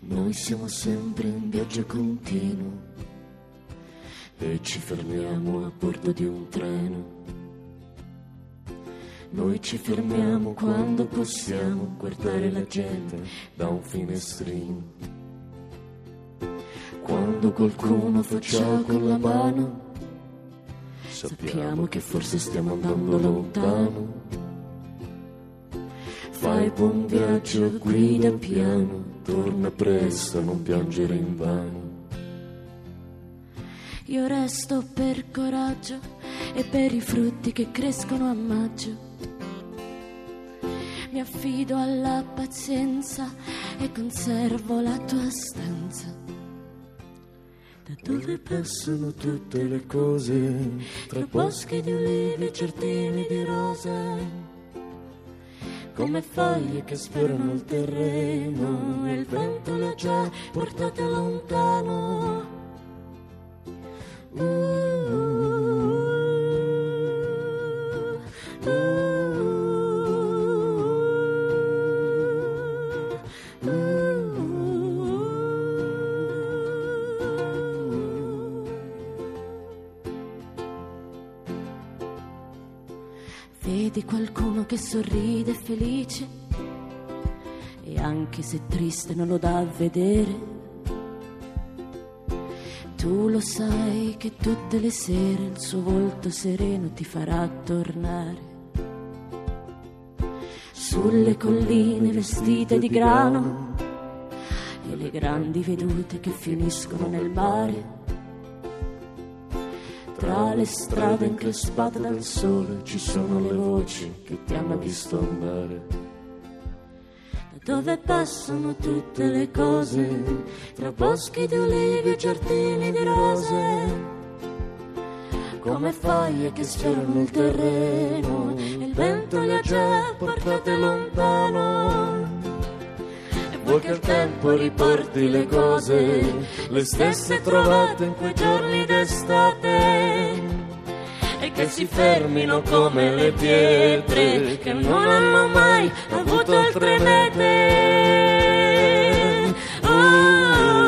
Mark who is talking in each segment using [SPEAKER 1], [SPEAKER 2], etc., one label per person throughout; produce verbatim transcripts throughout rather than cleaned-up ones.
[SPEAKER 1] Noi siamo sempre in viaggio continuo e ci fermiamo a bordo di un treno. Noi ci fermiamo quando possiamo guardare la gente da un finestrino. Quando qualcuno fa ciao con la mano, sappiamo che forse stiamo andando lontano. Fai buon viaggio, guida piano, torna presto, non piangere invano.
[SPEAKER 2] Io resto per coraggio e per i frutti che crescono a maggio. Mi affido alla pazienza e conservo la tua stanza.
[SPEAKER 1] Da dove passano tutte le cose, tra boschi di ulivi e giardini di rose, come foglie che sfiorano il terreno, e il vento le ha già portate lontano. Uh, uh, uh, uh, uh.
[SPEAKER 2] Vedi qualcuno che sorride felice e anche se triste non lo dà a vedere. Tu lo sai che tutte le sere il suo volto sereno ti farà tornare. Sulle colline vestite di grano e le grandi vedute che finiscono nel mare.
[SPEAKER 1] Tra le strade increspate dal sole ci sono le voci che ti hanno visto andare.
[SPEAKER 2] Dove passano tutte le cose, tra boschi di ulivi e giardini di rose,
[SPEAKER 1] come foglie che sfiorano il terreno, e il vento le ha già portate lontano. E vuoi che il tempo riporti le cose, le stesse trovate in quei giorni d'estate, e che si fermino come le pietre che non hanno mai avuto altre mete. Oh,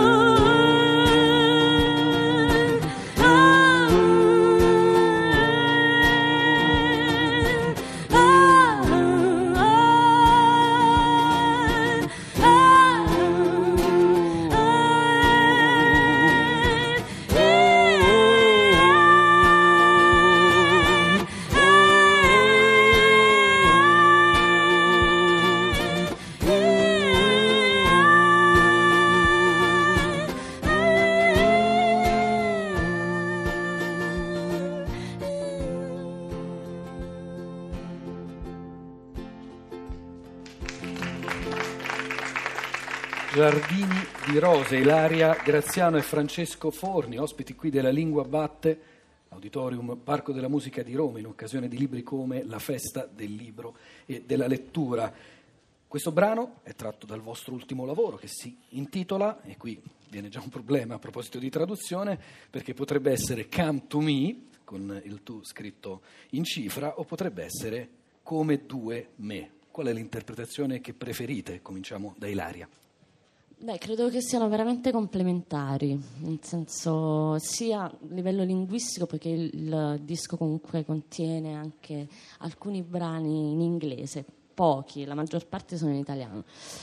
[SPEAKER 3] Giardini di Rose, Ilaria Graziano e Francesco Forni, ospiti qui della Lingua Batte, Auditorium Parco della Musica di Roma, in occasione di libri come La Festa del Libro e della Lettura. Questo brano è tratto dal vostro ultimo lavoro che si intitola, e qui viene già un problema a proposito di traduzione, perché potrebbe essere Come to Me, con il tu scritto in cifra, o potrebbe essere Come due me. Qual è l'interpretazione che preferite? Cominciamo da Ilaria.
[SPEAKER 2] Beh, credo che siano veramente complementari, nel senso sia a livello linguistico, perché il, il disco comunque contiene anche alcuni brani in inglese, pochi, la maggior parte sono in italiano,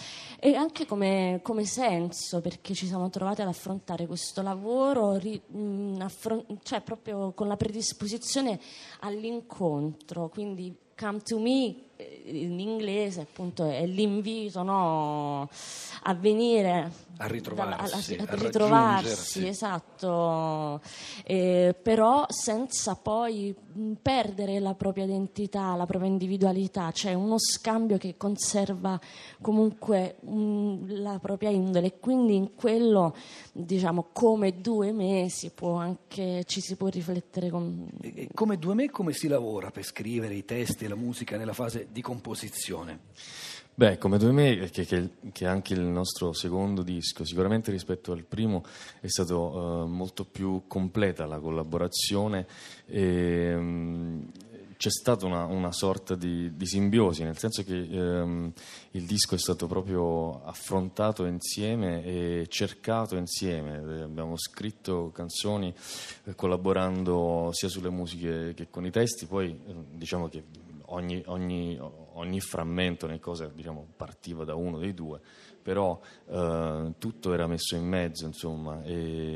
[SPEAKER 2] e anche come, come senso, perché ci siamo trovati ad affrontare questo lavoro ri, mh, affron- cioè proprio con la predisposizione all'incontro, quindi Come to Me in inglese appunto è l'invito, no, a venire
[SPEAKER 3] a ritrovarsi,
[SPEAKER 2] dalla, a, a,
[SPEAKER 3] a
[SPEAKER 2] ritrovarsi, esatto, eh, però senza poi perdere la propria identità, la propria individualità, cioè uno scambio che conserva comunque mh, la propria indole, e quindi in quello, diciamo, come due me si può anche, ci si può riflettere con...
[SPEAKER 3] E come due me, come si lavora per scrivere i testi e la musica nella fase di composizione?
[SPEAKER 4] Beh, come due me, che, che, che anche il nostro secondo disco, sicuramente rispetto al primo è stato uh, molto più completa la collaborazione, e, um, c'è stata una, una sorta di, di simbiosi, nel senso che ehm, il disco è stato proprio affrontato insieme e cercato insieme. Abbiamo scritto canzoni eh, collaborando sia sulle musiche che con i testi, poi eh, diciamo che ogni, ogni, ogni frammento, ogni cosa, diciamo, partiva da uno dei due, però eh, tutto era messo in mezzo, insomma,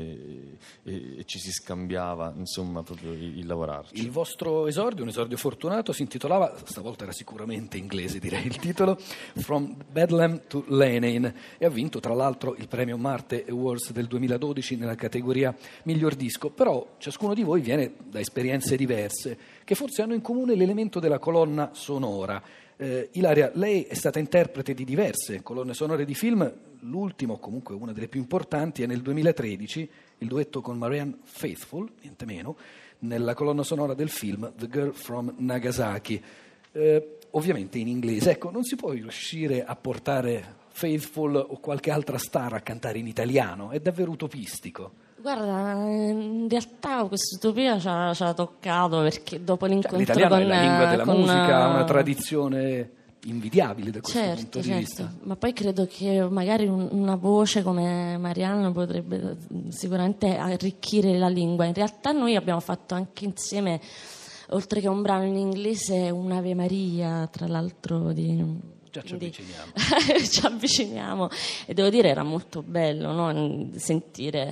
[SPEAKER 4] e, e, e ci si scambiava, insomma, proprio il, il lavorarci.
[SPEAKER 3] Il vostro esordio, un esordio fortunato, si intitolava, stavolta era sicuramente inglese direi il titolo, From Bedlam to Lenin, e ha vinto tra l'altro il premio Marte Awards del duemiladodici nella categoria miglior disco. Però ciascuno di voi viene da esperienze diverse che forse hanno in comune l'elemento della colonna sonora. Eh, Ilaria, lei è stata interprete di diverse colonne sonore di film, l'ultimo, comunque una delle più importanti, è nel duemilatredici, il duetto con Marianne Faithfull, niente meno, nella colonna sonora del film The Girl from Nagasaki, eh, ovviamente in inglese. Ecco, non si può riuscire a portare Faithfull o qualche altra star a cantare in italiano? È davvero utopistico.
[SPEAKER 2] Guarda, in realtà questa utopia ci ha, ci ha toccato, perché dopo l'incontro
[SPEAKER 3] cioè, l'italiano
[SPEAKER 2] con...
[SPEAKER 3] è la lingua della
[SPEAKER 2] con,
[SPEAKER 3] musica, ha una tradizione invidiabile da questo
[SPEAKER 2] certo,
[SPEAKER 3] punto di
[SPEAKER 2] certo.
[SPEAKER 3] vista.
[SPEAKER 2] Ma poi credo che magari un, una voce come Marianne potrebbe sicuramente arricchire la lingua. In realtà noi abbiamo fatto anche insieme, oltre che un brano in inglese, un'Ave Maria, tra l'altro di...
[SPEAKER 3] Già ci avviciniamo.
[SPEAKER 2] ci avviciniamo, e devo dire era molto bello, no? Sentire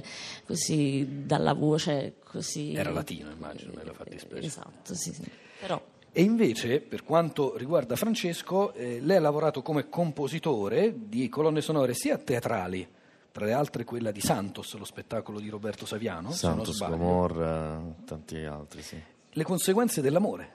[SPEAKER 2] così dalla voce così.
[SPEAKER 3] Era latino, immagino, nella fattispecie.
[SPEAKER 2] Esatto, sì, sì. Però
[SPEAKER 3] E invece, per quanto riguarda Francesco, eh, lei ha lavorato come compositore di colonne sonore sia teatrali, tra le altre quella di Santos, lo spettacolo di Roberto Saviano,
[SPEAKER 4] Santos,
[SPEAKER 3] se non sbaglio.
[SPEAKER 4] Gomorra, tanti altri, sì.
[SPEAKER 3] Le conseguenze dell'amore.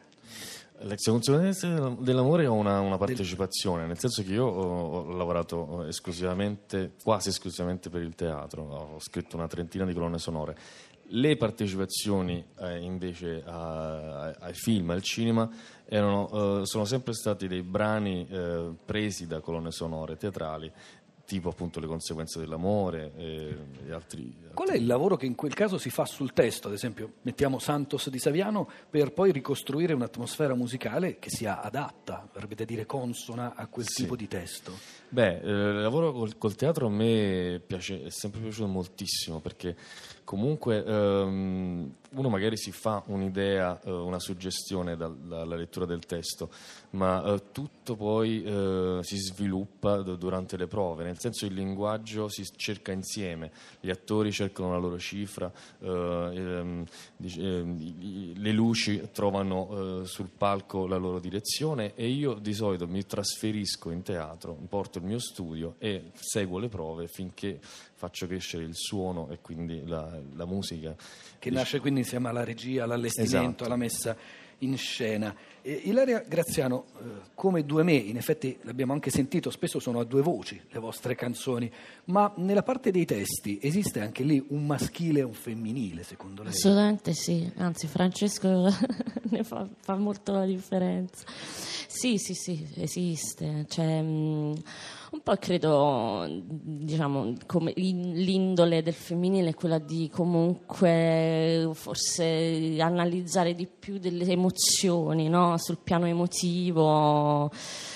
[SPEAKER 4] Le conseguenze dell'amore ho una, una partecipazione, nel senso che io ho, ho lavorato esclusivamente, quasi esclusivamente per il teatro, ho scritto una trentina di colonne sonore. Le partecipazioni eh, invece a, a, ai film, al cinema, erano, eh, sono sempre stati dei brani eh, presi da colonne sonore teatrali, tipo appunto Le conseguenze dell'amore e, e altri, altri.
[SPEAKER 3] Qual è il lavoro che in quel caso si fa sul testo? Ad esempio, mettiamo Santos di Saviano, per poi ricostruire un'atmosfera musicale che sia adatta, verrebbe da dire consona a quel
[SPEAKER 4] Sì.
[SPEAKER 3] tipo di testo.
[SPEAKER 4] Beh, eh, il lavoro col, col teatro a me piace, è sempre piaciuto moltissimo, perché comunque ehm, uno magari si fa un'idea, eh, una suggestione dal, dalla lettura del testo, ma eh, tutto poi eh, si sviluppa d- durante le prove, nel senso il linguaggio si cerca insieme, gli attori cercano la loro cifra, eh, ehm, dic- ehm, le luci trovano eh, sul palco la loro direzione, e io di solito mi trasferisco in teatro, porto il mio studio e seguo le prove finché faccio crescere il suono e quindi la, la musica.
[SPEAKER 3] Che nasce quindi insieme alla regia, all'allestimento,
[SPEAKER 4] Esatto.
[SPEAKER 3] alla messa in scena. E Ilaria Graziano, eh, come due me, in effetti l'abbiamo anche sentito, spesso sono a due voci le vostre canzoni, ma nella parte dei testi esiste anche lì un maschile e un femminile, secondo lei?
[SPEAKER 2] assolutamente sì, anzi Francesco ne fa, fa molto la differenza. Sì, sì, sì, esiste. Cioè, mh, un po' credo, diciamo, come l'indole del femminile è quella di comunque forse analizzare di più delle emozioni, no? Sul piano emotivo,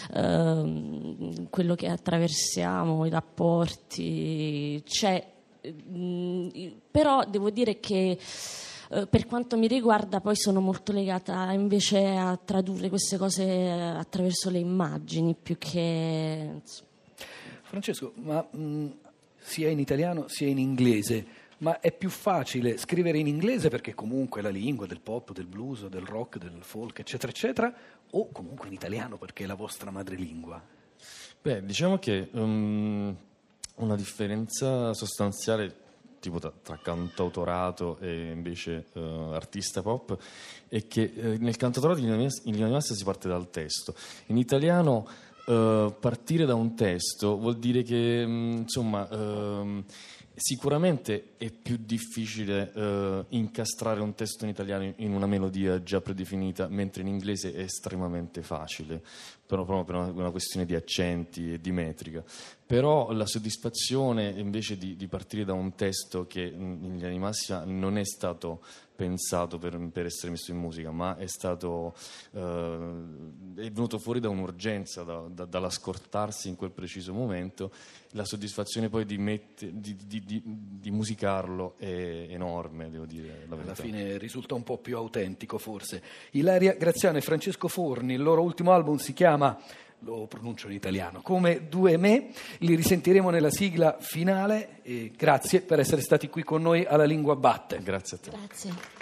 [SPEAKER 2] ehm, quello che attraversiamo, i rapporti, c'è. Mh, però devo dire che Uh, per quanto mi riguarda poi sono molto legata invece a tradurre queste cose attraverso le immagini più che... insomma.
[SPEAKER 3] Francesco, ma mh, sia in italiano sia in inglese, ma è più facile scrivere in inglese perché comunque è la lingua del pop, del blues, del rock, del folk, eccetera, eccetera, o comunque in italiano perché è la vostra madrelingua?
[SPEAKER 4] Beh, diciamo che um, una differenza sostanziale tipo tra, tra cantautorato e invece uh, artista pop è che uh, nel cantautorato in linea, in linea di massima si parte dal testo. In italiano uh, partire da un testo vuol dire che mh, insomma uh, sicuramente è più difficile uh, incastrare un testo in italiano in una melodia già predefinita, mentre in inglese è estremamente facile, però proprio per una, una questione di accenti e di metrica. Però la soddisfazione invece di, di partire da un testo che in linea di massima non è stato pensato per, per essere messo in musica, ma è stato eh, è venuto fuori da un'urgenza, da, da, dall'ascoltarsi in quel preciso momento. La soddisfazione poi di, mette, di, di, di, di musicarlo è enorme, devo dire la verità.
[SPEAKER 3] Alla fine risulta un po' più autentico forse. Ilaria Graziano e Francesco Forni, il loro ultimo album si chiama, lo pronuncio in italiano, Come Due Me, li risentiremo nella sigla finale e grazie per essere stati qui con noi alla Lingua Batte.
[SPEAKER 4] Grazie a te.
[SPEAKER 2] Grazie.